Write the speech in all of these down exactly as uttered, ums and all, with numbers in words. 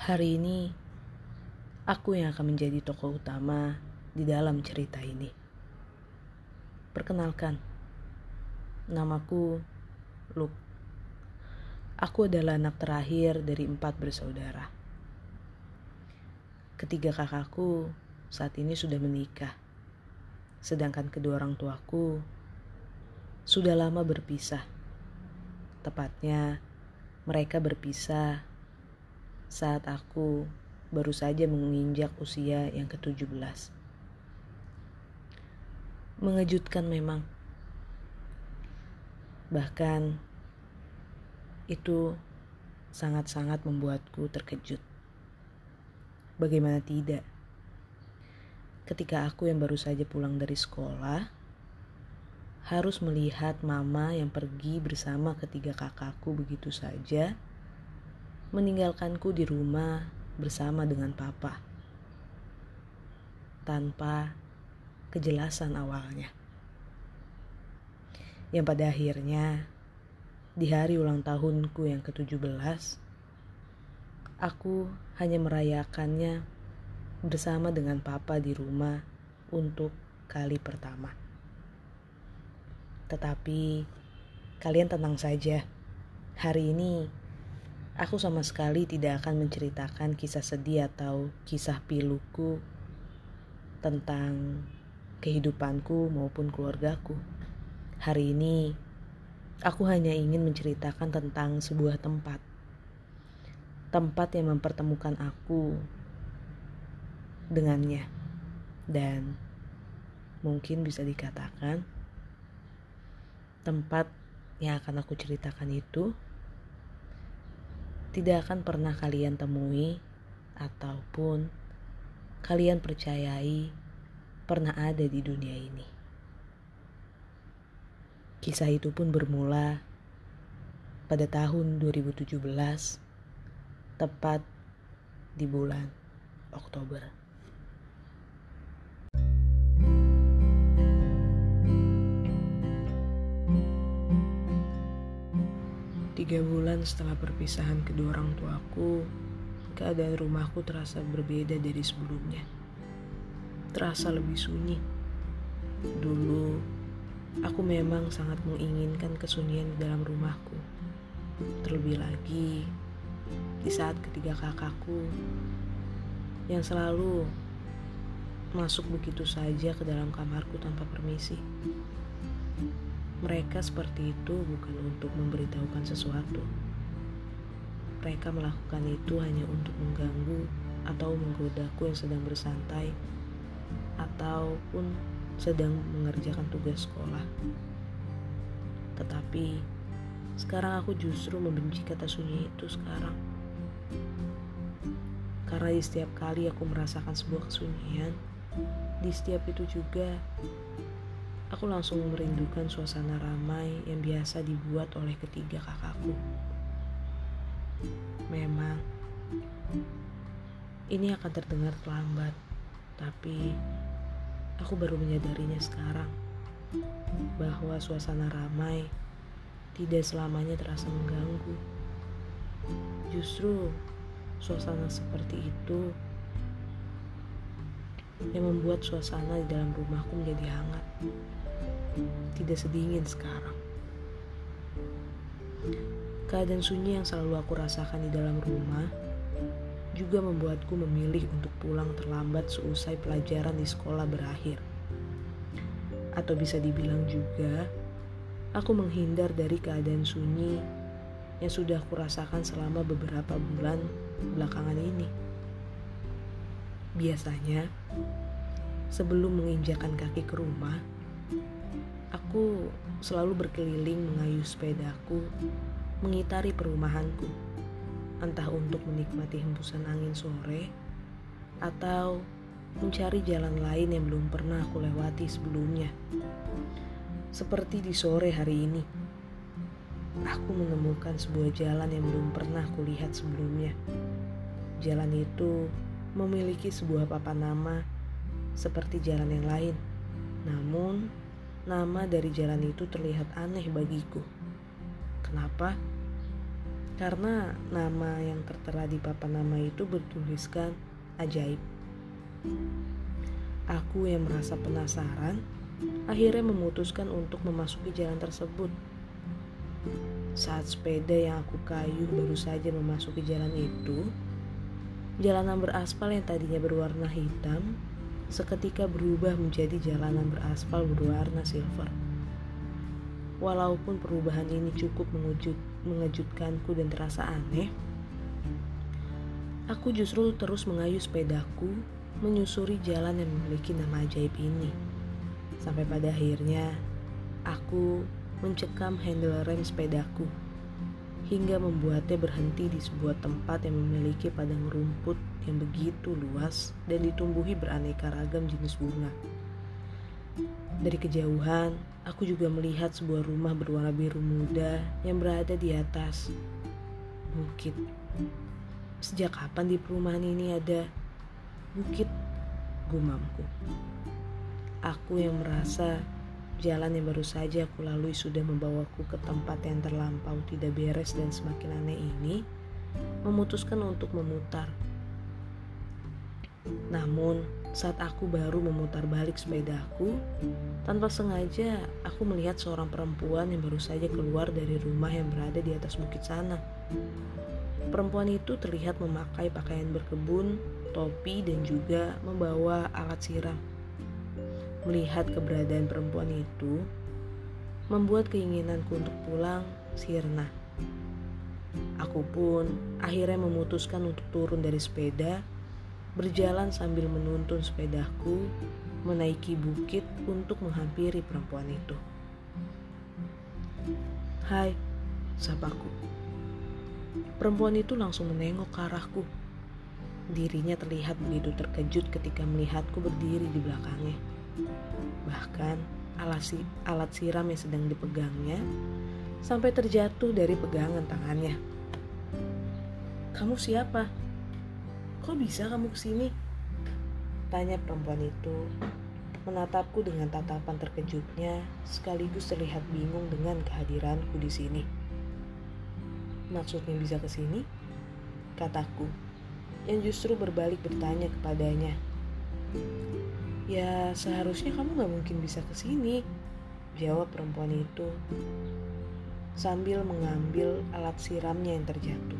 Hari ini, aku yang akan menjadi tokoh utama di dalam cerita ini. Perkenalkan, namaku Luke. Aku adalah anak terakhir dari empat bersaudara. Ketiga kakakku saat ini sudah menikah, sedangkan kedua orang tuaku sudah lama berpisah. Tepatnya, mereka berpisah saat aku baru saja menginjak usia yang ketujuh belas. Mengejutkan memang. Bahkan itu sangat-sangat membuatku terkejut. Bagaimana tidak? Ketika aku yang baru saja pulang dari sekolah, harus melihat mama yang pergi bersama ketiga kakakku begitu saja, meninggalkanku di rumah bersama dengan papa, tanpa kejelasan awalnya. Yang pada akhirnya, di hari ulang tahunku yang ketujuh belas, aku hanya merayakannya bersama dengan papa di rumah untuk kali pertama. Tetapi, kalian tenang saja. Hari ini, aku sama sekali tidak akan menceritakan kisah sedih atau kisah piluku tentang kehidupanku maupun keluargaku. Hari ini, aku hanya ingin menceritakan tentang sebuah tempat. Tempat yang mempertemukan aku dengannya. Dan mungkin bisa dikatakan, tempat yang akan aku ceritakan itu tidak akan pernah kalian temui ataupun kalian percayai pernah ada di dunia ini. Kisah itu pun bermula pada tahun dua ribu tujuh belas, tepat di bulan Oktober. Tiga bulan setelah perpisahan kedua orang tuaku, keadaan rumahku terasa berbeda dari sebelumnya. Terasa lebih sunyi. Dulu, aku memang sangat menginginkan kesunyian di dalam rumahku. Terlebih lagi, di saat ketiga kakakku yang selalu masuk begitu saja ke dalam kamarku tanpa permisi. Mereka seperti itu bukan untuk memberitahukan sesuatu. Mereka melakukan itu hanya untuk mengganggu atau menggodaku yang sedang bersantai ataupun sedang mengerjakan tugas sekolah. Tetapi sekarang aku justru membenci kata sunyi itu sekarang. Karena di setiap kali aku merasakan sebuah kesunyian, di setiap itu juga aku langsung merindukan suasana ramai yang biasa dibuat oleh ketiga kakakku. Memang, ini akan terdengar terlambat, tapi aku baru menyadarinya sekarang bahwa suasana ramai tidak selamanya terasa mengganggu. Justru suasana seperti itu yang membuat suasana di dalam rumahku menjadi hangat, tidak sedingin sekarang. Keadaan sunyi yang selalu aku rasakan di dalam rumah juga membuatku memilih untuk pulang terlambat seusai pelajaran di sekolah berakhir. Atau bisa dibilang juga, aku menghindar dari keadaan sunyi yang sudah aku rasakan selama beberapa bulan belakangan ini. Biasanya, sebelum menginjakan kaki ke rumah, aku selalu berkeliling mengayuh sepedaku, mengitari perumahanku, entah untuk menikmati hembusan angin sore, atau mencari jalan lain yang belum pernah aku lewati sebelumnya. Seperti di sore hari ini, aku menemukan sebuah jalan yang belum pernah aku lihat sebelumnya. Jalan itu memiliki sebuah papan nama seperti jalan yang lain. Namun, nama dari jalan itu terlihat aneh bagiku. Kenapa? karena nama yang tertera di papan nama itu bertuliskan ajaib. Aku yang merasa penasaran akhirnya memutuskan untuk memasuki jalan tersebut. Saat sepeda yang aku kayuh baru saja memasuki jalan itu, jalanan beraspal yang tadinya berwarna hitam seketika berubah menjadi jalanan beraspal berwarna silver. Walaupun perubahan ini cukup mengejut, mengejutkanku dan terasa aneh, aku justru terus mengayuh sepedaku menyusuri jalan yang memiliki nama ajaib ini. Sampai pada akhirnya, aku mencekam handle rem sepedaku hingga membuatnya berhenti di sebuah tempat yang memiliki padang rumput yang begitu luas dan ditumbuhi beraneka ragam jenis bunga. Dari kejauhan, aku juga melihat sebuah rumah berwarna biru muda yang berada di atas bukit. Sejak kapan di perumahan ini ada bukit, gumamku. Aku yang merasa jalan yang baru saja aku lalui sudah membawaku ke tempat yang terlampau tidak beres dan semakin aneh ini, memutuskan untuk memutar. Namun, saat aku baru memutar balik sepedaku, tanpa sengaja aku melihat seorang perempuan yang baru saja keluar dari rumah yang berada di atas bukit sana. Perempuan itu terlihat memakai pakaian berkebun, topi, dan juga membawa alat siram. Melihat keberadaan perempuan itu membuat keinginanku untuk pulang sirna. Aku pun akhirnya memutuskan untuk turun dari sepeda, berjalan sambil menuntun sepedaku menaiki bukit untuk menghampiri perempuan itu. "Hai," sapaku. Perempuan itu langsung menengok ke arahku. Dirinya terlihat begitu terkejut ketika melihatku berdiri di belakangnya. Bahkan alat, si, alat siram yang sedang dipegangnya sampai terjatuh dari pegangan tangannya. "Kamu siapa? Kok bisa kamu kesini?" tanya perempuan itu, menatapku dengan tatapan terkejutnya sekaligus terlihat bingung dengan kehadiranku di sini. "Maksudnya bisa kesini?" kataku, yang justru berbalik bertanya kepadanya. "Ya seharusnya kamu gak mungkin bisa kesini," jawab perempuan itu sambil mengambil alat siramnya yang terjatuh.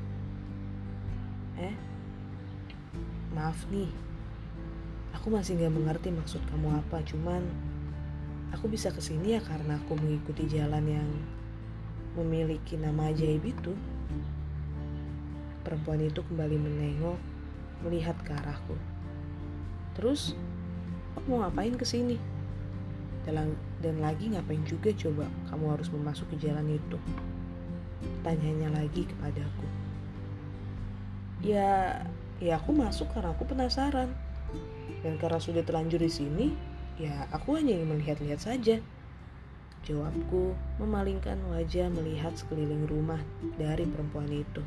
Eh, maaf nih, aku masih gak mengerti maksud kamu apa, cuman aku bisa kesini ya karena aku mengikuti jalan yang memiliki nama ajaib itu. Perempuan itu kembali menengok, melihat ke arahku. "Terus, kamu mau ngapain kesini? Dan, dan lagi ngapain juga coba kamu harus memasuki jalan itu?" tanyanya lagi kepadaku. Ya, ya aku masuk karena aku penasaran. Dan karena sudah terlanjur di sini, ya aku hanya ingin melihat-lihat saja, jawabku memalingkan wajah melihat sekeliling rumah dari perempuan itu.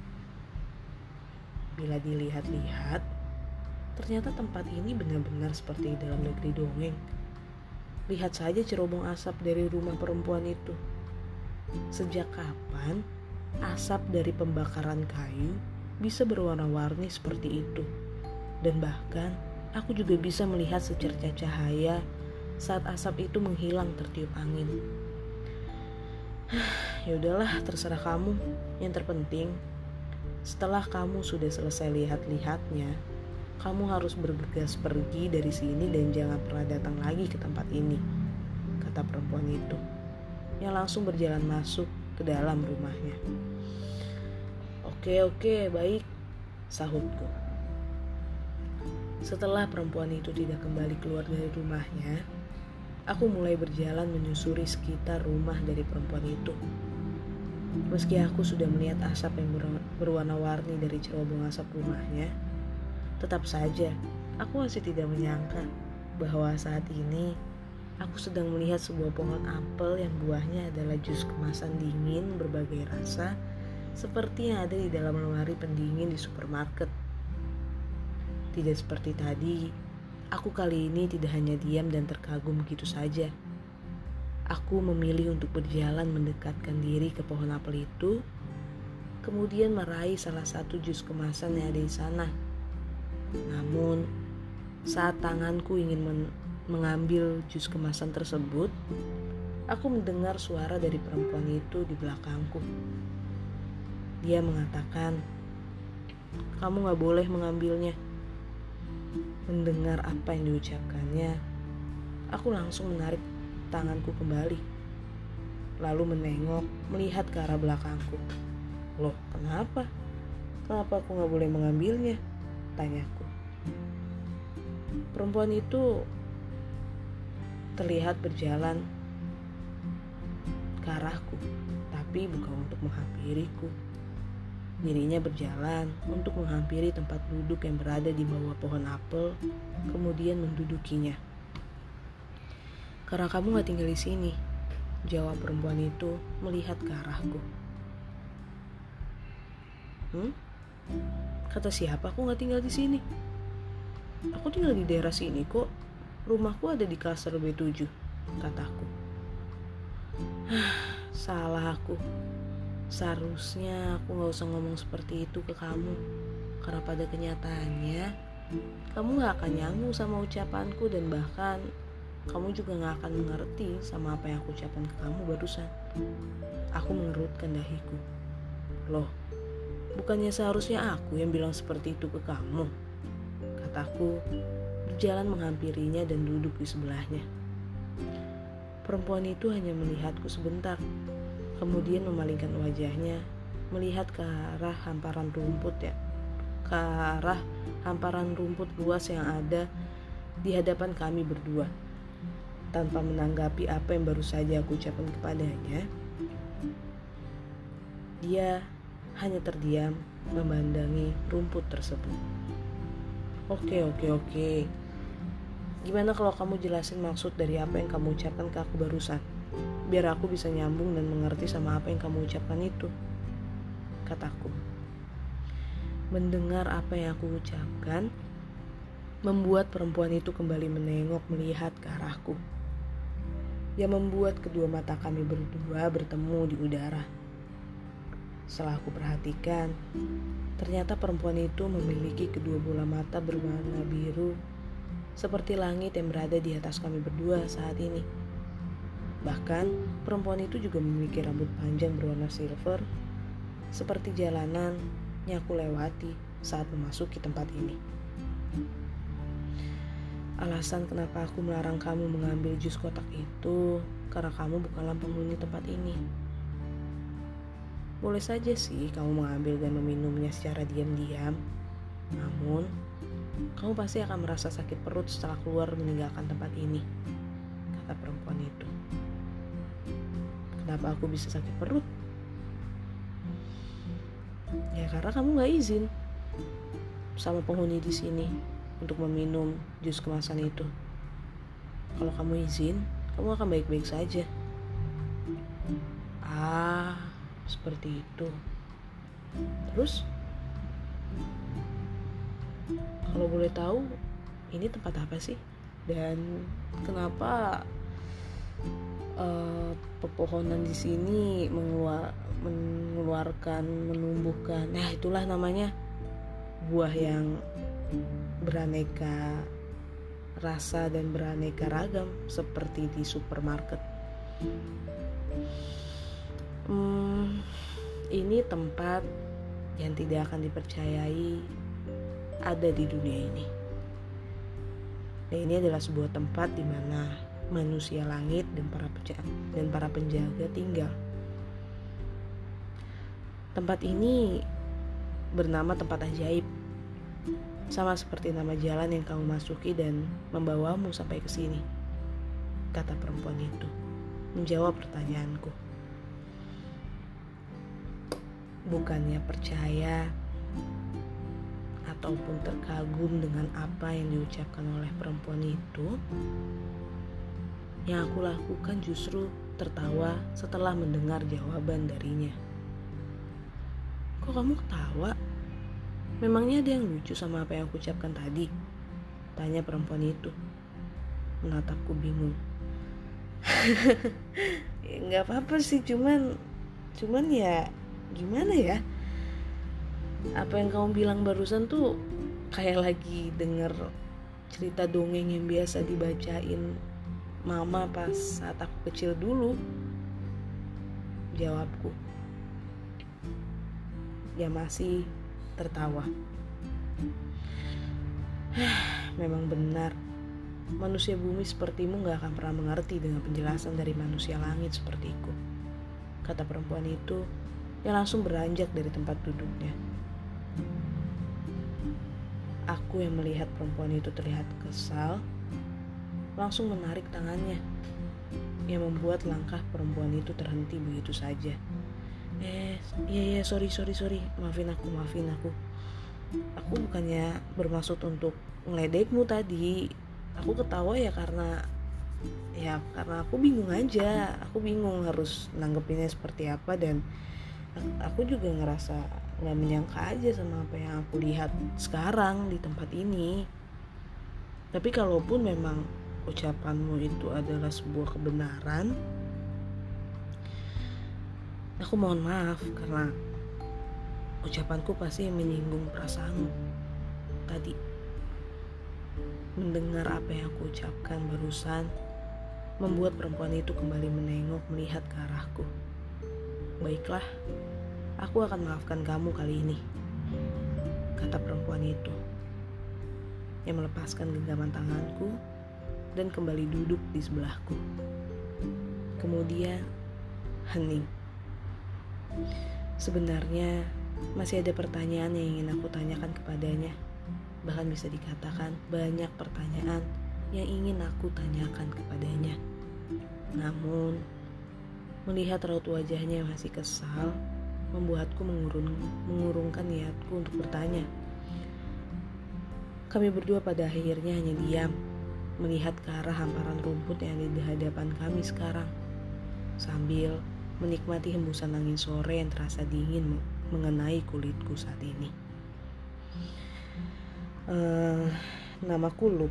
Bila dilihat-lihat, ternyata tempat ini benar-benar seperti dalam negeri dongeng. Lihat saja cerobong asap dari rumah perempuan itu. Sejak kapan asap dari pembakaran kayu bisa berwarna-warni seperti itu? Dan bahkan aku juga bisa melihat secerca cahaya saat asap itu menghilang tertiup angin. Ya udahlah, terserah kamu. Yang terpenting, setelah kamu sudah selesai lihat-lihatnya, kamu harus bergegas pergi dari sini dan jangan pernah datang lagi ke tempat ini, kata perempuan itu, yang langsung berjalan masuk ke dalam rumahnya. Oke, oke, baik, sahutku. Setelah perempuan itu tidak kembali keluar dari rumahnya, aku mulai berjalan menyusuri sekitar rumah dari perempuan itu. Meski aku sudah melihat asap yang berwarna-warni dari cerobong asap rumahnya, tetap saja aku masih tidak menyangka bahwa saat ini aku sedang melihat sebuah pohon apel yang buahnya adalah jus kemasan dingin berbagai rasa seperti yang ada di dalam lemari pendingin di supermarket. Tidak seperti tadi, aku kali ini tidak hanya diam dan terkagum begitu saja. Aku memilih untuk berjalan mendekatkan diri ke pohon apel itu kemudian meraih salah satu jus kemasan yang ada di sana. Namun, saat tanganku ingin men- mengambil jus kemasan tersebut, aku mendengar suara dari perempuan itu di belakangku. Dia mengatakan, "Kamu gak boleh mengambilnya." Mendengar apa yang diucapkannya, aku langsung menarik tanganku kembali, lalu menengok melihat ke arah belakangku. "Loh, kenapa? Kenapa aku gak boleh mengambilnya?" tanyaku. Perempuan itu terlihat berjalan ke arahku, tapi bukan untuk menghampiriku. Dirinya berjalan untuk menghampiri tempat duduk yang berada di bawah pohon apel, kemudian mendudukinya. "Karena kamu gak tinggal di sini," jawab perempuan itu melihat ke arahku. Hmm? Kata siapa aku gak tinggal di sini? Aku tinggal di daerah sini kok. Rumahku ada di klaster B tujuh, kataku. Salah aku. Seharusnya aku gak usah ngomong seperti itu ke kamu. Karena pada kenyataannya, kamu gak akan nyambung sama ucapanku. Dan bahkan, kamu juga gak akan mengerti sama apa yang aku ucapkan ke kamu barusan. Aku mengerutkan dahiku. "Loh, bukannya seharusnya aku yang bilang seperti itu ke kamu?" kataku, berjalan menghampirinya dan duduk di sebelahnya. Perempuan itu hanya melihatku sebentar, kemudian memalingkan wajahnya, melihat ke arah hamparan rumput ya, ke arah hamparan rumput luas yang ada di hadapan kami berdua. Tanpa menanggapi apa yang baru saja aku ucapkan kepadanya, dia hanya terdiam memandangi rumput tersebut. Oke, oke, oke. Gimana kalau kamu jelasin maksud dari apa yang kamu ucapkan ke aku barusan? Biar aku bisa nyambung dan mengerti sama apa yang kamu ucapkan itu, kataku. Mendengar apa yang aku ucapkan, membuat perempuan itu kembali menengok melihat ke arahku. Yang membuat kedua mata kami berdua bertemu di udara. Setelah aku perhatikan, ternyata perempuan itu memiliki kedua bola mata berwarna biru, seperti langit yang berada di atas kami berdua saat ini. Bahkan, perempuan itu juga memiliki rambut panjang berwarna silver, seperti jalanan yang aku lewati saat memasuki tempat ini. Alasan kenapa aku melarang kamu mengambil jus kotak itu, karena kamu bukanlah penghuni tempat ini. Boleh saja sih kamu mengambil dan meminumnya secara diam-diam, namun kamu pasti akan merasa sakit perut setelah keluar meninggalkan tempat ini, kata perempuan itu. Kenapa aku bisa sakit perut? Ya karena kamu gak izin sama penghuni di sini untuk meminum jus kemasan itu. Kalau kamu izin, kamu akan baik-baik saja. Ah, seperti itu. Terus, kalau boleh tahu, ini tempat apa sih? Dan kenapa uh, pepohonan di sini mengeluar, mengeluarkan, menumbuhkan, nah itulah namanya, buah yang beraneka rasa dan beraneka ragam seperti di supermarket. Hmm, ini tempat yang tidak akan dipercayai ada di dunia ini. Dan ini adalah sebuah tempat di mana manusia langit dan para penjaga, dan para penjaga tinggal. Tempat ini bernama tempat ajaib. Sama seperti nama jalan yang kamu masuki dan membawamu sampai ke sini, kata perempuan itu, menjawab pertanyaanku. Bukannya percaya ataupun terkagum dengan apa yang diucapkan oleh perempuan itu, yang aku lakukan justru tertawa setelah mendengar jawaban darinya. Kok kamu ketawa? Memangnya ada yang lucu sama apa yang aku ucapkan tadi? Tanya perempuan itu, menatapku bingung. Ya, gak apa-apa sih, cuman Cuman ya gimana ya, Apa yang kamu bilang barusan tuh kayak lagi denger cerita dongeng yang biasa dibacain mama pas saat aku kecil dulu, jawabku. Dia masih tertawa. Memang benar, manusia bumi sepertimu gak akan pernah mengerti dengan penjelasan dari manusia langit sepertiku, kata perempuan itu yang langsung beranjak dari tempat duduknya. Aku yang melihat perempuan itu terlihat kesal, langsung menarik tangannya, yang membuat langkah perempuan itu terhenti begitu saja. Eh, iya iya sorry sorry sorry, maafin aku maafin aku. Aku bukannya bermaksud untuk ngeledekmu tadi. Aku ketawa ya karena ya karena aku bingung aja. Aku bingung harus nanggepinnya seperti apa, dan aku juga ngerasa gak menyangka aja sama apa yang aku lihat sekarang di tempat ini. Tapi kalaupun memang ucapanmu itu adalah sebuah kebenaran, aku mohon maaf karena ucapanku pasti menyinggung perasaanmu tadi. Mendengar apa yang aku ucapkan barusan membuat perempuan itu kembali menengok melihat ke arahku. Baiklah, aku akan maafkan kamu kali ini, kata perempuan itu, yang melepaskan genggaman tanganku dan kembali duduk di sebelahku. Kemudian hening. Sebenarnya masih ada pertanyaan yang ingin aku tanyakan kepadanya. Bahkan bisa dikatakan banyak pertanyaan yang ingin aku tanyakan kepadanya. Namun melihat raut wajahnya yang masih kesal membuatku mengurung, mengurungkan niatku untuk bertanya. Kami berdua pada akhirnya hanya diam, melihat ke arah hamparan rumput yang ada di hadapan kami sekarang, sambil menikmati hembusan angin sore yang terasa dingin mengenai kulitku saat ini. Uh, namaku Lup.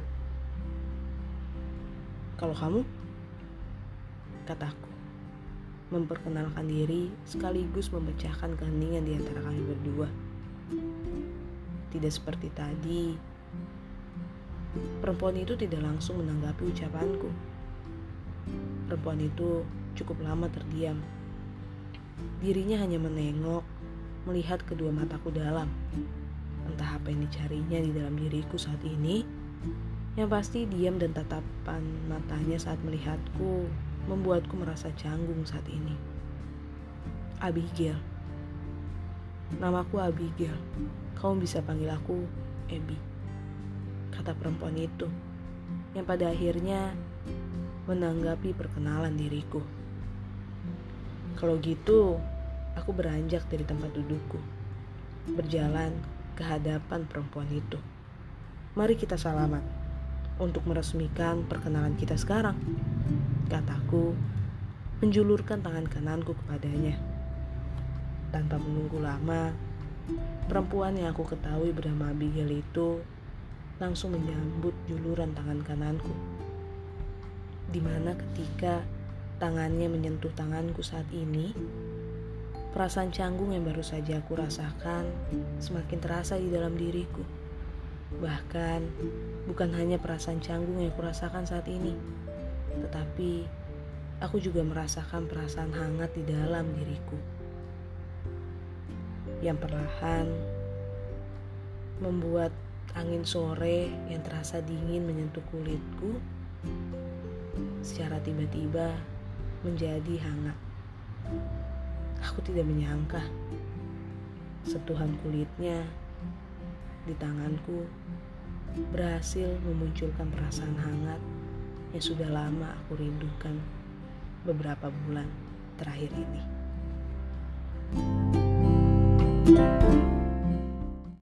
Kalau kamu? Kataku, memperkenalkan diri sekaligus memecahkan keheningan di antara kami berdua. Tidak seperti tadi, perempuan itu tidak langsung menanggapi ucapanku. Perempuan itu cukup lama terdiam. Dirinya hanya menengok, melihat kedua mataku dalam. Entah apa yang dicarinya di dalam diriku saat ini. Yang pasti diam dan tatapan matanya saat melihatku membuatku merasa canggung saat ini. Abigail. Namaku Abigail. Kamu bisa panggil aku Abby, kata perempuan itu, yang pada akhirnya menanggapi perkenalan diriku. Kalau gitu, aku beranjak dari tempat dudukku, berjalan ke hadapan perempuan itu. Mari kita salaman untuk meresmikan perkenalan kita sekarang, kataku, menjulurkan tangan kananku kepadanya. Tanpa menunggu lama, perempuan yang aku ketahui bernama Abigail itu langsung menyambut juluran tangan kananku, di mana ketika tangannya menyentuh tanganku saat ini, perasaan canggung yang baru saja aku rasakan semakin terasa di dalam diriku. Bahkan bukan hanya perasaan canggung yang aku rasakan saat ini, tetapi aku juga merasakan perasaan hangat di dalam diriku, yang perlahan membuat angin sore yang terasa dingin menyentuh kulitku secara tiba-tiba menjadi hangat. Aku tidak menyangka sentuhan kulitnya di tanganku berhasil memunculkan perasaan hangat yang sudah lama aku rindukan beberapa bulan terakhir ini.